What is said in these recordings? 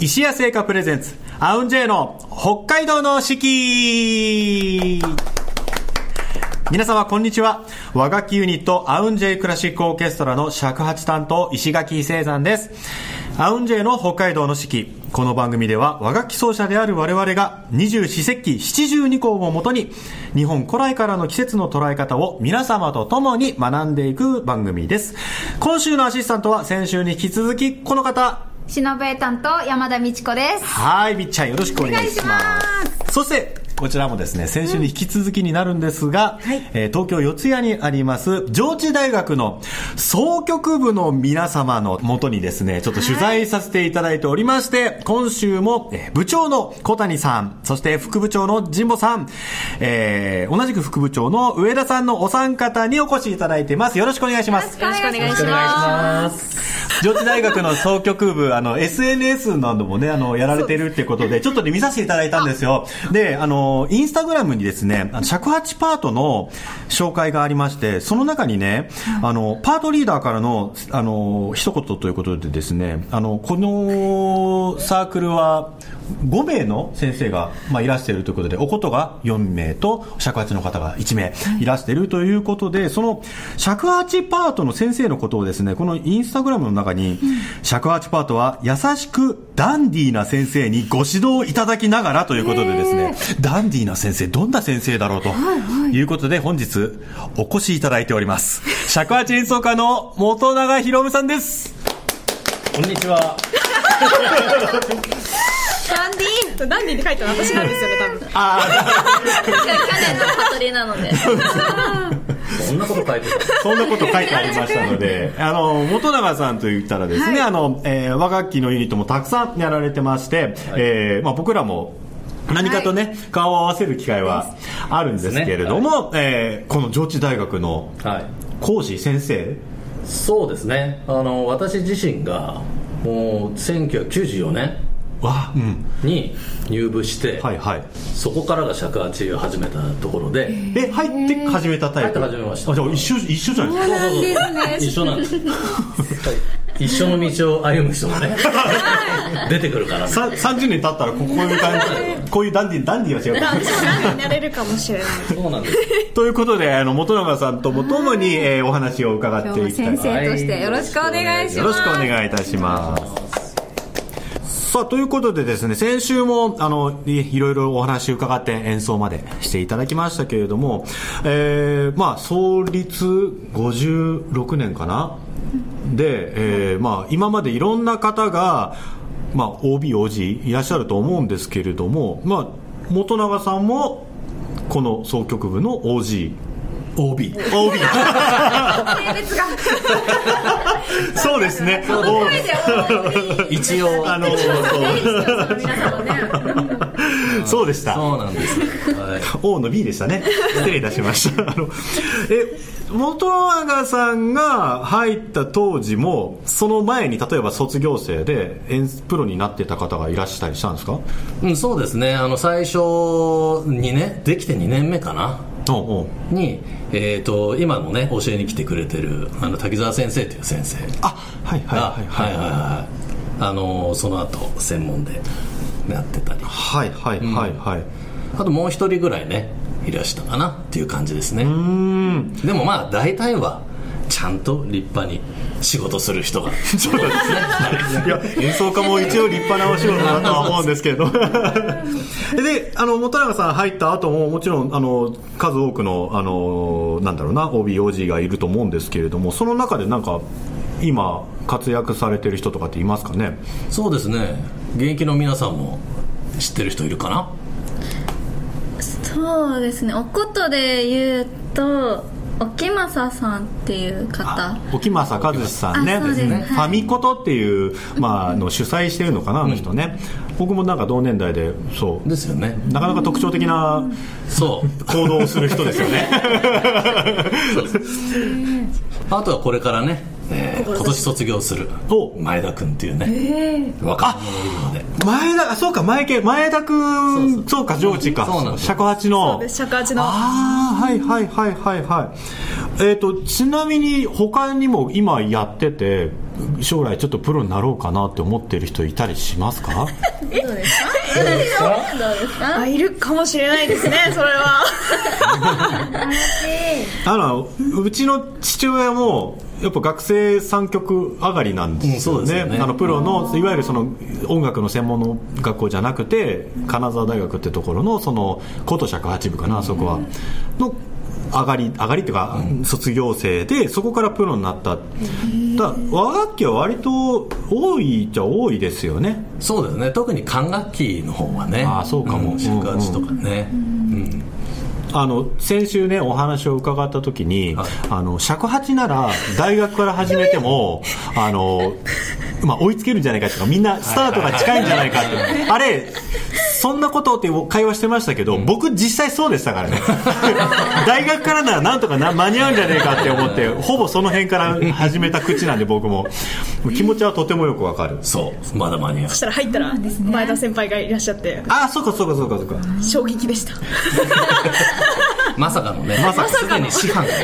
石屋製菓プレゼンツアウンジェイの北海道の四季。皆様こんにちは。和楽器ユニットアウンジェイクラシックオーケストラの尺八担当石垣聖山です。アウンジェイの北海道の四季。この番組では和楽器奏者である我々が二十四節気七十二候をもとに日本古来からの季節の捉え方を皆様と共に学んでいく番組です。今週のアシスタントは先週に引き続きこの方、 篠笛担当山田美智子です。 はい、みっちゃんよろしくお願いします。そしてこちらもですね、先週に引き続きになるんですが、東京四谷にあります上智大学の箏曲部の皆様のもとにですね、ちょっと取材させていただいておりまして、今週も部長の小谷さん、そして副部長の神保さん、同じく副部長の上田さんのお三方にお越しいただいています。よろしくお願いします。 よろしくお願いします。 上智大学の箏曲部、SNS などもね、やられてるっていうことで、ちょっとね、見させていただいたんですよ。で、インスタグラムにですね、尺八パートの紹介がありまして、その中にね、パートリーダーからの、一言ということでですね、このサークルは5名の先生が、いらしているということで、お琴が4名と尺八の方が1名いらしているということで、その尺八パートの先生のことをですね、このインスタグラムの中に、尺八パートは優しくダンディーな先生にご指導いただきながらということでですね、ダンディーな先生、どんな先生だろうということで、本日お越しいただいております。尺八演奏家の本永博さんです。 こんにちは。 ダンディって書いたの私なんですよね、多分。去年のパトリなので。 そんなこと書いてた。 そんなこと書いてありましたので、本永さんと言ったらですね、和楽器のユニットもたくさんやられてまして、僕らも何かとね、顔を合わせる機会はあるんですけれども、この上智大学の講師先生、 そうですね、私自身がもう1994年に入部して、そこからが尺八を始めたところで、 入って始めたタイプ。 入って始めました。 じゃあ一緒じゃないですか。 一緒なんです。一緒の道を歩む人もね出てくるからね。 30年経ったらこういう感じ、こういうダンディーは違う。 ダンディーになれるかもしれない。 そうなんです。 ということで、本永さんとも共に、お話を伺っていきたい。 先生としてよろしくお願いします。 よろしくお願いいたします。さあ、ということでですね、先週もいろいろお話伺って演奏までしていただきましたけれども、創立56年かなで、今までいろんな方が、OB、OG いらっしゃると思うんですけれども、本永さんもこの箏曲部の OB。そうですね。 一応そうでした。 そうなんです。 O の B でしたね。失礼いたしました。本永さんが入った当時も、その前に例えば卒業生でプロになってた方がいらっしゃったりしたんですか？ そうですね。最初にね、できて2年目かな。に今のね教えに来てくれてる滝沢先生という先生がその後専門でやってたり、あともう一人ぐらいねいらしたかなっていう感じですね。でも大体はちゃんと立派に仕事する人がそうですね。いや、演奏家も一応立派なお仕事だとは思うんですけれどで、本永さん入った後ももちろん数多くのOB、OG がいると思うんですけれども、その中でなんか今活躍されてる人とかっていますかね？ そうですね、現役の皆さんも知ってる人いるかな？ そうですね、おことで言うと沖正さんっていう方、 沖正和志さんね、ファミコトっていう、主催してるのかな、あの人ね。僕もなんか同年代で、そうですよね、 なかなか特徴的な行動をする人ですよね。 あとはこれからね、今年卒業する前田君っていうね、若者がいるので、 そうか、前田君、そうか、上智か、尺八の、 そうです、尺八の、 ちなみに他にも今やってて、 将来ちょっとプロになろうかなって思ってる人いたりしますか？ どうですか？いるかもしれないですね、それは。 うちの父親もやっぱ学生3曲上がりなんですよね。 そうですよね。 プロのいわゆるその音楽の専門の学校じゃなくて金沢大学ってところのその琴尺八部かな、そこはの上がりっていうか、卒業生でそこからプロになった。和楽器は割と多いじゃ多いですよね。 そうですね、特に管楽器の方はね。 そうかも。 尺八とかね、 先週ねお話を伺った時に、尺八なら大学から始めても追いつけるんじゃないかとか、みんなスタートが近いんじゃないかってあれそんなことって会話してましたけど、僕実際そうでしたからね。大学からならなんとか間に合うんじゃねえかって思って、ほぼその辺から始めた口なんで、僕も気持ちはとてもよくわかる。 そうまだ間に合う。 そしたら入ったら前田先輩がいらっしゃって、 そうか衝撃でした。 まさかのね、すでに師範が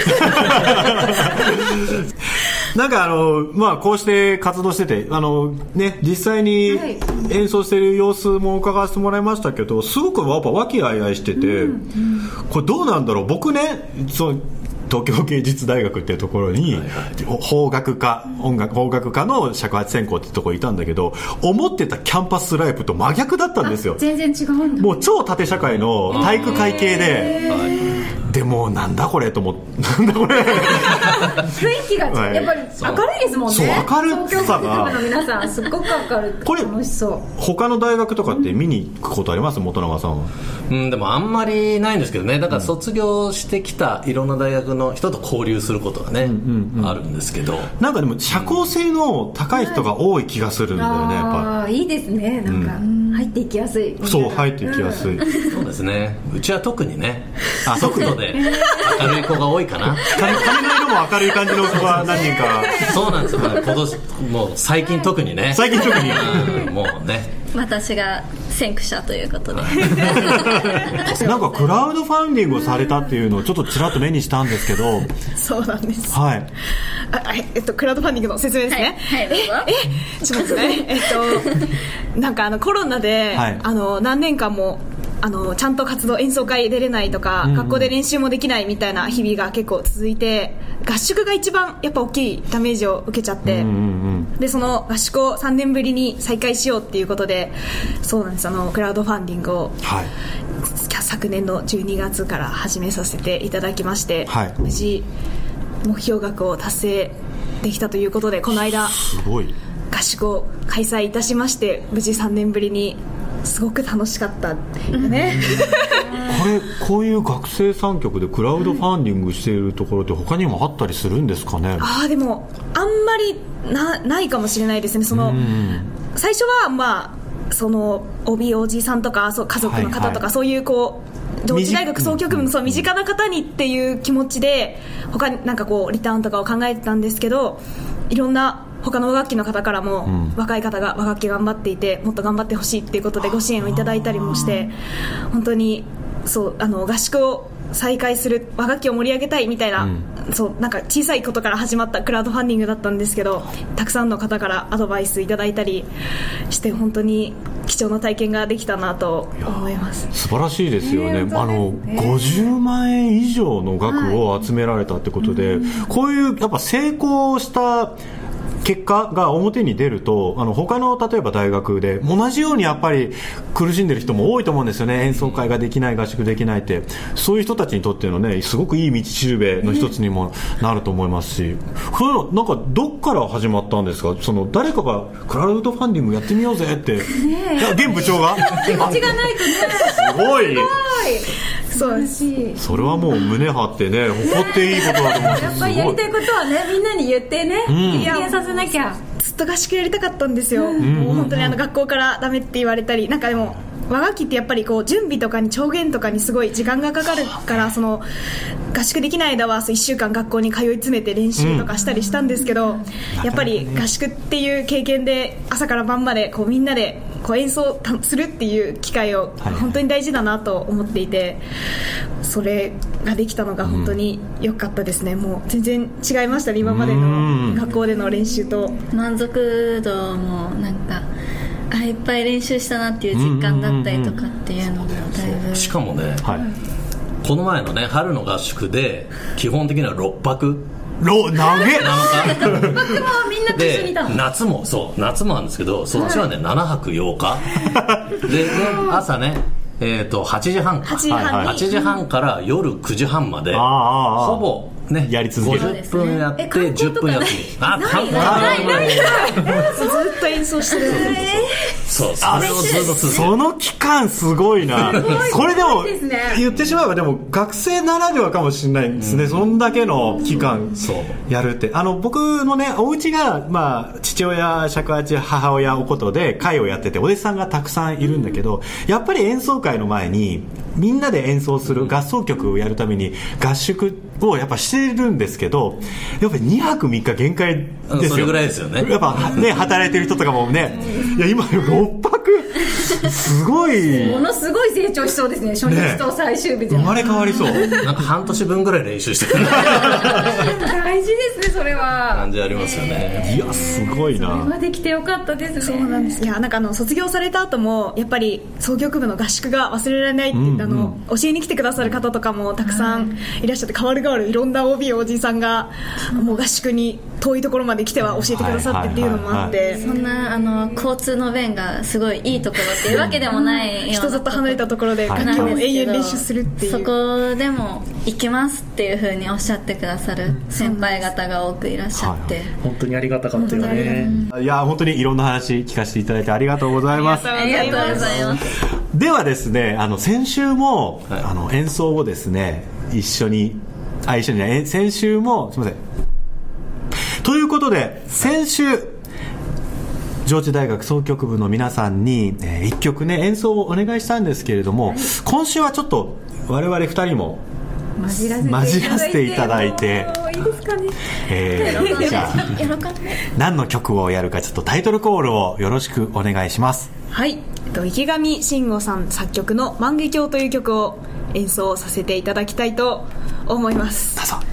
なんかこうして活動してて実際に演奏してる様子も伺わせてもらいましたけど、すごくやっぱ和気あいあいしてて、これどうなんだろう。僕ね、東京芸術大学っていうところに邦楽科の尺八専攻ってところにいたんだけど、思ってたキャンパスライフと真逆だったんですよ。 全然違うんだ。 もう超縦社会の体育会系でもなんだこれと思って、なんだこれ雰囲気がやっぱり明るいですもんね。 そう明るさが、 東京の皆さんすっごく明るくて楽しそう。 他の大学とかって見に行くことあります？本永さんは。 でもあんまりないんですけどね。だから卒業してきたいろんな大学の人と交流することがね、あるんですけど、 なんかでも社交性の高い人が多い気がするんだよね、やっぱり。 いいですね。なんか入っていきやすい。 そう入っていきやすい。 そうですね。うちは特にね、ソフトで明るい子が多いかな。 髪の色も明るい感じの子が何人か。 そうなんですよ。今年もう最近特にね。 最近特に。 もうね。 私が先駆者ということで。 なんかクラウドファンディングをされたっていうのをちょっとちらっと目にしたんですけど。 そうなんです。 はい。 クラウドファンディングの説明ですね。 はい、どうぞ。 ちょっとね。なんかコロナで、何年間もちゃんと活動、演奏会出れないとか、学校で練習もできないみたいな日々が結構続いて、合宿が一番やっぱ大きいダメージを受けちゃって、でその合宿を3年ぶりに再開しようっていうことで、そうなんです、クラウドファンディングを、昨年の12月から始めさせていただきまして、無事目標額を達成できたということで、この間すごい合宿を開催いたしまして、無事3年ぶりにすごく楽しかったね。 こういう学生3曲でクラウドファンディングしているところって他にもあったりするんですかね？ でもあんまりないかもしれないですね。最初はその OB、OG さんとか家族の方とか、そういう上智大学総局部の身近な方にっていう気持ちで、他になんかリターンとかを考えてたんですけど、いろんな他の和楽器の方からも、若い方が和楽器頑張っていてもっと頑張ってほしいっていうことでご支援をいただいたりもして、本当に合宿を再開する、和楽器を盛り上げたいみたいな、なんか小さいことから始まったクラウドファンディングだったんですけど、たくさんの方からアドバイスいただいたりして、本当に貴重な体験ができたなと思います。 素晴らしいですよね。50万円以上の額を集められたってことで、こういうやっぱ成功した結果が表に出ると、他の例えば大学で同じようにやっぱり苦しんでる人も多いと思うんですよね。演奏会ができない、合宿できないって、そういう人たちにとってのね、すごくいい道しるべの一つにもなると思いますし、そういうのなんかどっから始まったんですか？誰かがクラウドファンディングやってみようぜって、現部長が気持ちがないとね。 すごい。 そうです。 それはもう胸張ってね、誇っていいことだと思うんです。 やっぱりやりたいことはね、みんなに言ってね、実現させなきゃ。 ずっと合宿やりたかったんですよ。もう本当に学校からダメって言われたり、なんかでも和楽器ってやっぱり準備とかに調弦とかにすごい時間がかかるから、合宿できない間は1週間学校に通い詰めて練習とかしたりしたんですけど、やっぱり合宿っていう経験で朝から晩までみんなでこう演奏するっていう機会を本当に大事だなと思っていて、それができたのが本当に良かったですね。もう全然違いましたね、今までの学校での練習と。 満足度もなんかいっぱい練習したなっていう実感だったりとかっていうのもだいぶ、 しかもね、この前のね春の合宿で基本的には6泊投げはみんなと一緒にいたの。 で夏もなんですけど、そっちはね7泊8日でね、朝ね8時半から夜9時半までほぼねやり続ける、 50分やって10分やってないずっと演奏してる。 そう、それをずっと続ける。 その期間すごいな。これでも言ってしまえばでも学生ならではかもしれないですね、そんだけの期間やるって。僕のねお家が、父親尺八母親おことで会をやってて、お弟子さんがたくさんいるんだけど、やっぱり演奏会の前にみんなで演奏する合奏曲をやるために合宿をやっぱしてるんですけど、やっぱり2泊3日限界ですよ。 それぐらいですよね。 やっぱね働いてる人とかもね、いや今6泊すごいものすごい成長しそうですね、初日と最終日で、 生まれ変わりそう。 なんか半年分ぐらい練習してる大事ですね、それは感じありますよね。 いやすごいな。 それはできてよかったですね。 そうなんです。いやなんか卒業された後もやっぱり奏曲部の合宿が忘れられないって、教えに来てくださる方とかもたくさんいらっしゃって、変わる変わるいろんな OB おじさんがもう合宿に遠いところまで来ては教えてくださってっていうのもあって、 そんな交通の便がすごいいいところっていうわけでもない人里離れたところで楽器を永遠練習するっていう、 そこでも行きますっていう風におっしゃってくださる先輩方が多くいらっしゃって、 本当にありがたかったよね。 いや本当にいろんな話聞かせていただいてありがとうございます。 ありがとうございます。 ではですね、先週も、演奏をですね先週もすみません。ということで先週上智大学奏曲部の皆さんに、1曲ね演奏をお願いしたんですけれども、今週はちょっと我々2人も混じらせていただいて、 いいですかね。 じゃあ何の曲をやるか、ちょっとタイトルコールをよろしくお願いします。 はい、池上信吾さん作曲の万華鏡という曲を演奏させていただきたいと思います。 どうぞ。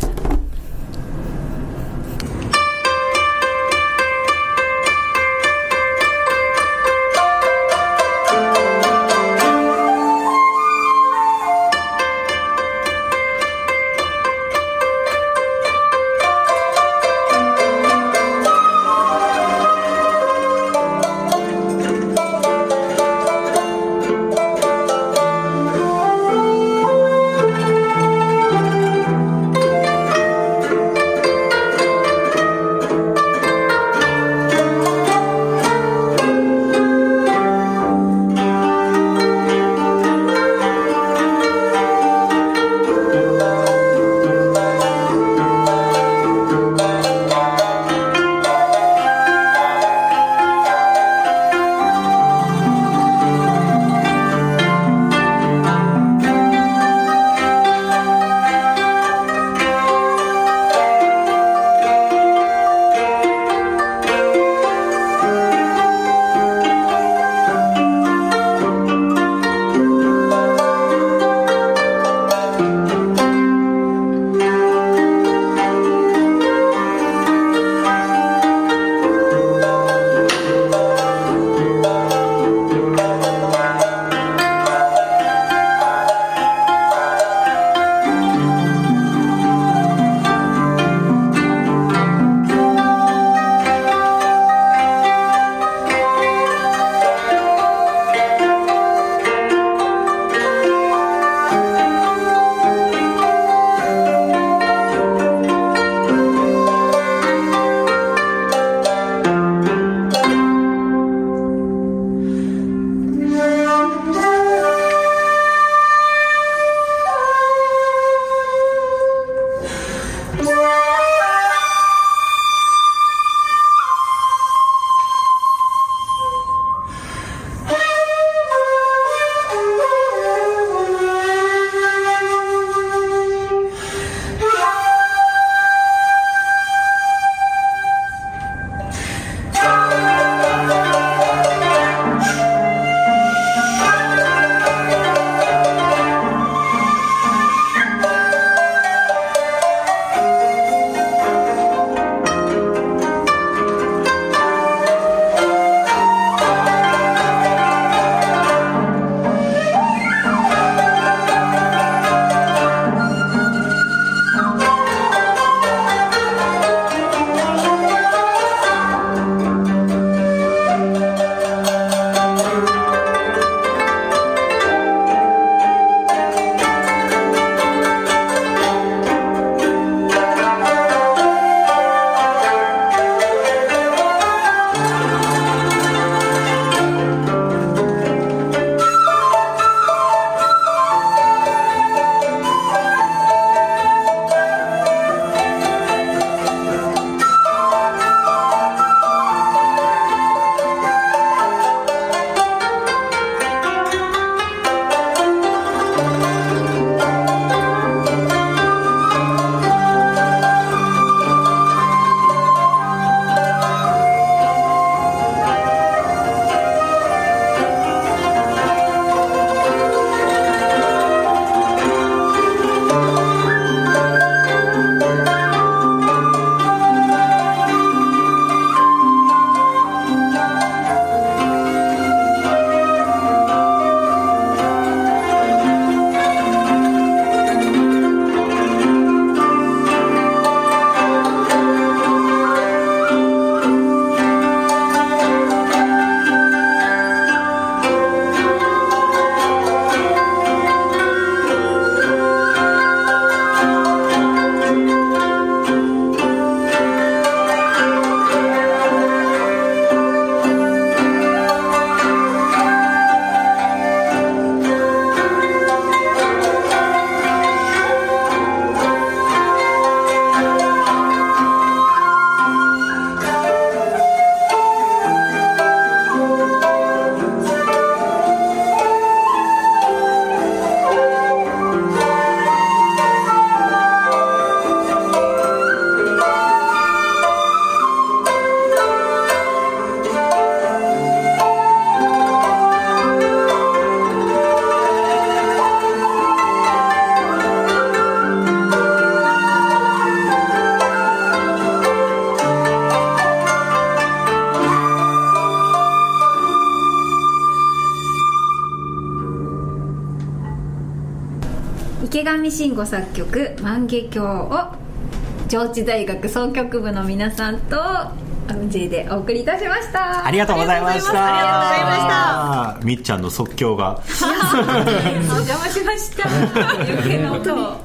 池上信吾作曲万華鏡を上智大学奏曲部の皆さんとJ でお送りいたしました。 ありがとうございました。 ありがとうございました。 みっちゃんの即興がお邪魔しました余計な音を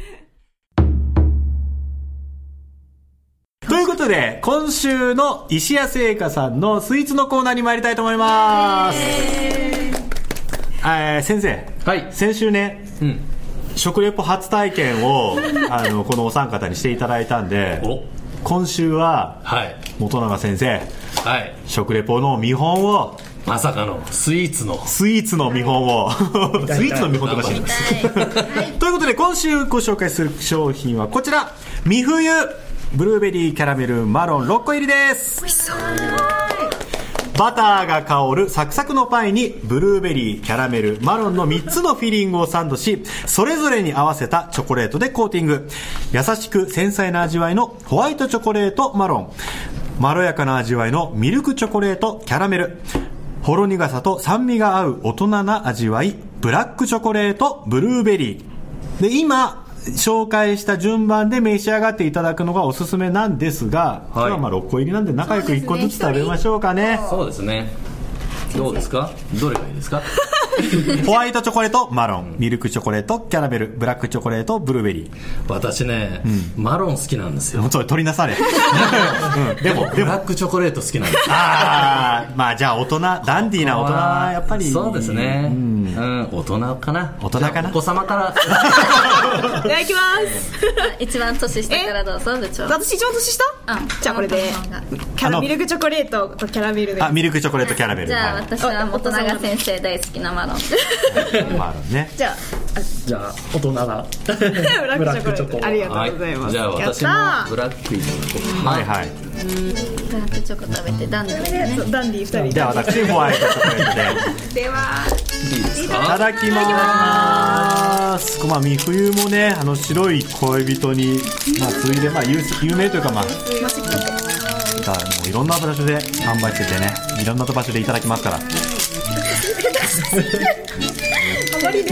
ということで今週の石谷製菓さんのスイーツのコーナーに参りたいと思います。先生、はい、先週ね、食レポ初体験をこのお三方にしていただいたんで今週は、本永先生、食レポの見本をまさかのスイーツの見本をスイーツの見本とかしてますということで今週ご紹介する商品はこちら、三冬ブルーベリーキャラメルマロン6個入りです。バターが香るサクサクのパイにブルーベリー、キャラメル、マロンの3つのフィリングをサンドし、それぞれに合わせたチョコレートでコーティング。優しく繊細な味わいのホワイトチョコレートマロン、まろやかな味わいのミルクチョコレートキャラメル、ほろ苦さと酸味が合う大人な味わいブラックチョコレートブルーベリーで、今紹介した順番で召し上がっていただくのがおすすめなんですが、今日はまあ6個入りなんで仲良く1個ずつ食べましょうかね。そうですね。どうですか？どれがいいですか？ ホワイトチョコレートマロン、ミルクチョコレートキャラメル、ブラックチョコレートブルーベリー。 私ね、マロン好きなんですよ。 もうそれ取りなされでもブラックチョコレート好きなんですよ。 まあじゃあ大人、ダンディーな大人はやっぱりそうですね、大人かな。 大人かな。 お子様からいただきます一番年下からどうぞ。部長。 私一番年下？じゃあこれでミルクチョコレートとキャラメルで。 ミルクチョコレートキャラメル。 じゃあ私は元永先生大好きなマロンマロンね。 じゃあ大人がブラックチョコ。ありがとうございます。 じゃあ私もブラックいただこう。 はいはい。 ブラックチョコ食べてダンディーね。 ダンディー2人。 じゃあ私ホワイトチョコレートで。 ではいいですか？ いただきます。まあ三冬もね、白い恋人についで有名というかもういろんな場所で販売しててね、いろんな場所でいただきますから。あまりで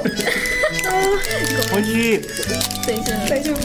おいしい。 大丈夫。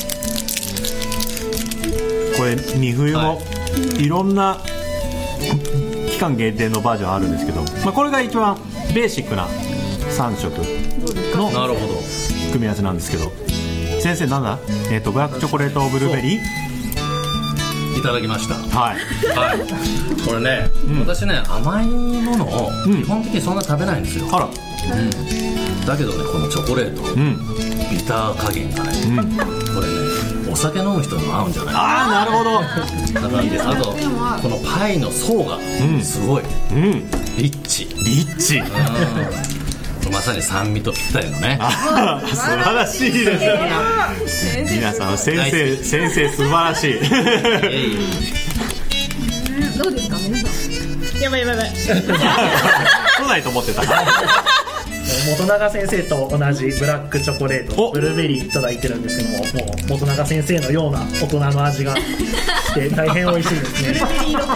これ三冬もいろんな期間限定のバージョンあるんですけど、これが一番ベーシックな3色の組み合わせなんですけど、先生なんだ？ブラックチョコレートブルーベリーいただきました。 はい、 これね、私ね甘いものを基本的にそんな食べないんですよ。だけどね、このチョコレート、ビター加減がね、これねお酒飲む人にも合うんじゃないかな。 なるほど。 だからいいです。あとこのパイの層がすごい、リッチ。まさに酸味とぴったりのね。 素晴らしいですね。皆さん先生素晴らしい。 どうですか皆さん？ やばい来ないと思ってた。 元永先生と同じブラックチョコレートブルーベリーいただいてるんですけども、もう元永先生のような大人の味がして大変美味しいですね。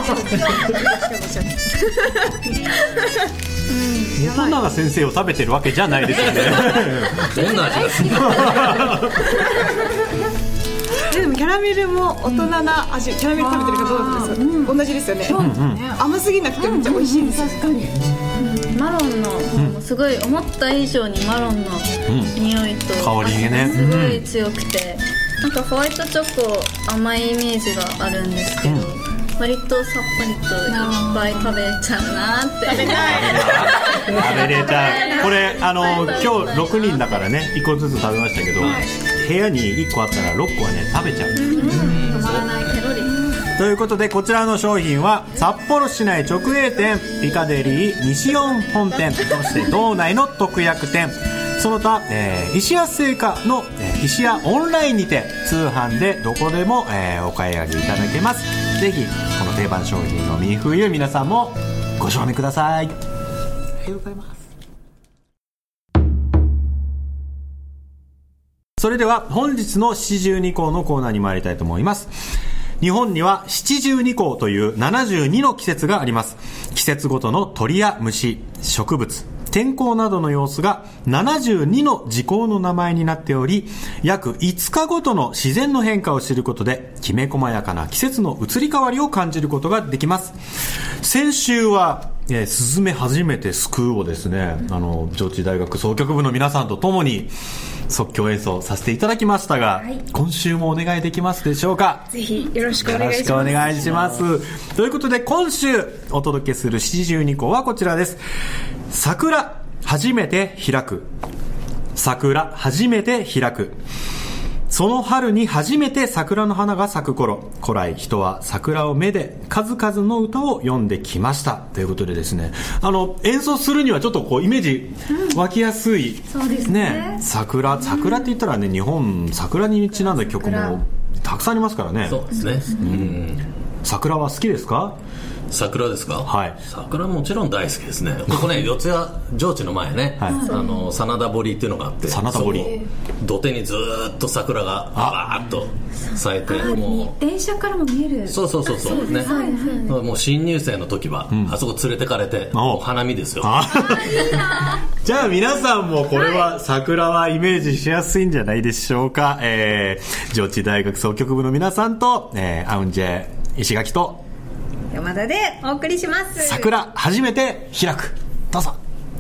元永先生を食べてるわけじゃないですよね。 どんな味がするでもキャラメルも大人な味。キャラメル食べてるかどうなんですか？同じですよね。甘すぎなくてめっちゃ美味しいです。 確かにマロンの方もすごい思った以上にマロンの匂いと香りがねすごい強くて、なんかホワイトチョコ甘いイメージがあるんですけど、割とさっぱりといっぱい食べちゃうなって。 食べれたい。これ今日6人だからね1個ずつ食べましたけど、部屋に1個あったら6個はね食べちゃう。 止まらないペロリ。 ということでこちらの商品は札幌市内直営店ピカデリー西4本店、そして道内の特約店、その他、石屋製菓の石屋オンラインにて通販でどこでも、お買い上げいただけます。ぜひこの定番商品の三冬皆さんもご賞味ください。ありがとうございます。それでは本日の七十二候のコーナーに参りたいと思います。日本には七十二候という72の季節があります。季節ごとの鳥や虫、植物、 天候などの様子が72の時項の名前になっており、約5日ごとの自然の変化を知ることで、きめ細やかな季節の移り変わりを感じることができます。先週はすずめ初めて救うをですね、上智大学奏曲部の皆さんと共に即興演奏させていただきましたが、はい、今週もお願いできますでしょうか。 ぜひよろしくお願いします。 よろしくお願いします。ということで今週お届けする七十二項はこちらです。桜初めて開く。桜初めて開く。その春に初めて桜の花が咲く頃、古来人は桜をめで数々の歌を詠んできましたということでですね、演奏するにはちょっとこうイメージ湧きやすい、 そうですね。 桜って言ったらね、日本桜にちなんだ曲もたくさんありますからね。 そうですね。 桜は好きですか？ 桜ですか？ はい。 桜もちろん大好きですね。ここね、四谷上智の前ね、はい、真田堀っていうのがあって、 真田堀、 土手にずっと桜がバーッと咲いて、 もう電車からも見える。 そうね、もう新入生の時は、あそこ連れてかれて、もう花見ですよ。 じゃあ皆さんもこれは桜はイメージしやすいんじゃないでしょうか。上智大学奏曲部の皆さんと、アウンジェ石垣と山田でお送りします。 桜初めて開く。どうぞ。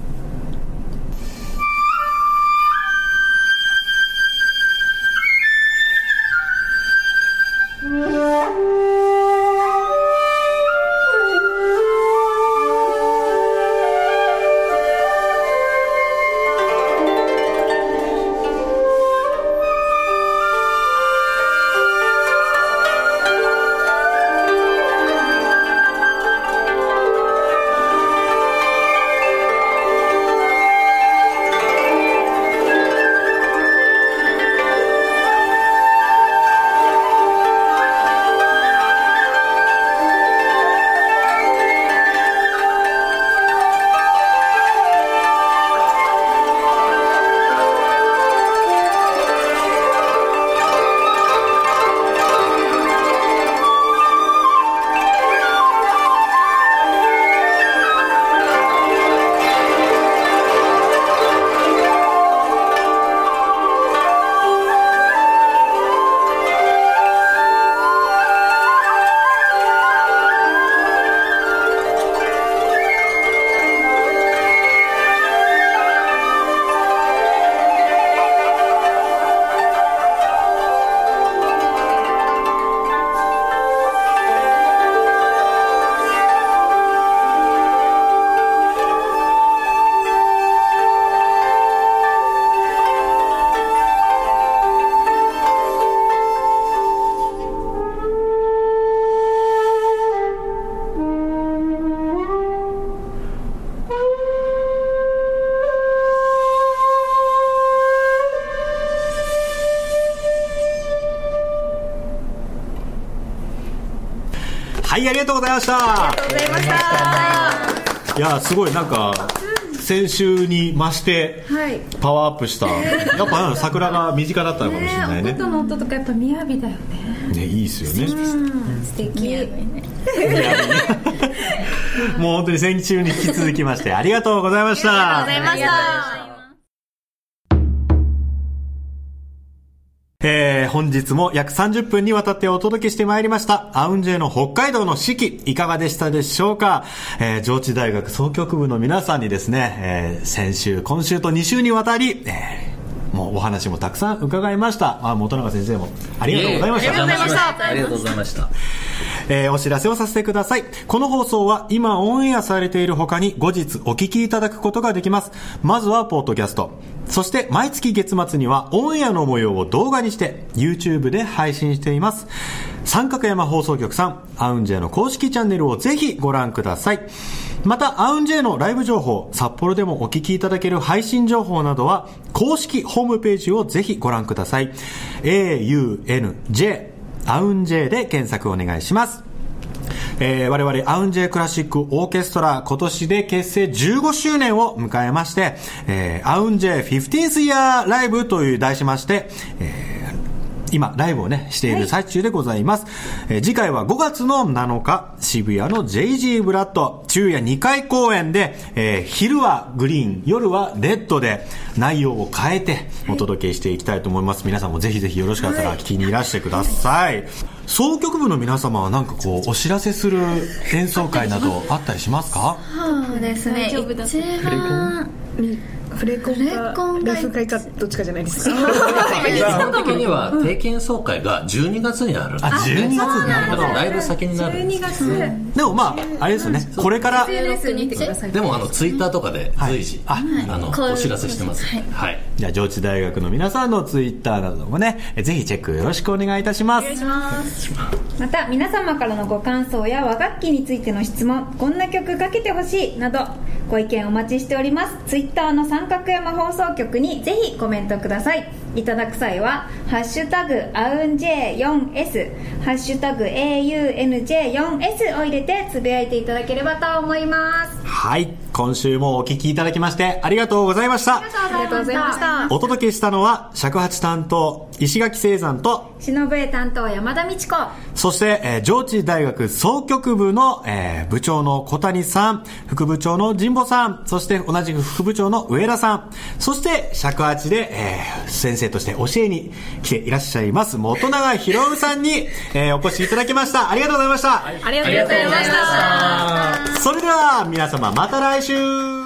はい、ありがとうございました。 ありがとうございました。 いや、すごいなんか先週に増してパワーアップした、やっぱ桜が身近だったのかもしれないね。 音の音とかやっぱ雅だよね。 ね、いいですよね。 素敵。 もう本当に先週に引き続きましてありがとうございました。 ありがとうございました。 本日も約30分にわたってお届けしてまいりましたアウンジェの北海道の四季、いかがでしたでしょうか。上智大学奏曲部の皆さんにですね、先週今週と2週にわたり、もうお話もたくさん伺いました。本永先生もありがとうございました。 ありがとうございました。 お知らせをさせてください。この放送は今オンエアされている他に後日お聞きいただくことができます。まずはポッドキャスト、そして毎月月末にはオンエアの模様を動画にして YouTube で配信しています。三角山放送局さん、アウンジェの公式チャンネルをぜひご覧ください。またアウンジェのライブ情報、札幌でもお聞きいただける配信情報などは公式ホームページをぜひご覧ください。 AUNJ アウンジェで検索お願いします。我々アウンジェクラシックオーケストラ、今年で結成15周年を迎えまして、アウンジェ 15th Year Live という題しまして、 今ライブをねしている最中でございます、次回は5月の7日渋谷の JG ブラッド昼夜2回公演で、昼はグリーン夜はレッドで内容を変えてお届けしていきたいと思います。皆さんもぜひぜひよろしかったら聞きにいらしてください。総曲部の皆様は何かこうお知らせする演奏会などあったりしますか？ そうですね、一番フレコンかレフ会かどっちかじゃないですか。 基本的には定期演奏会が12月にあるんですね。 12月になるほど。 だいぶ先になるんです。 12月でもまああれですよね、これから SNS に見てください。 でもツイッターとかで随時、お知らせしてます。はい。 じゃあ上智大学の皆さんのツイッターなどもね、ぜひチェックよろしくお願いいたします。 お願いします。 また皆様からのご感想や和楽器についての質問、こんな曲かけてほしいなどご意見お待ちしております。ツイッターの三角山放送局にぜひコメントください。いただく際はハッシュタグアウン J4S ハッシュタグ AUNJ4S を入れてつぶやいていただければと思います。 はい、今週もお聞きいただきましてありがとうございました。 ありがとうございました。 お届けしたのは尺八担当石垣聖山と篠笛担当山田美智子、 そして、上智大学総曲部の、部長の小谷さん、副部長の神保さん、そして同じく副部長の上田さん、そして尺八で、先生として教えに来ていらっしゃいます本永博さんに、お越しいただきました。ありがとうございました。 ありがとうございました。 それでは皆様また来週。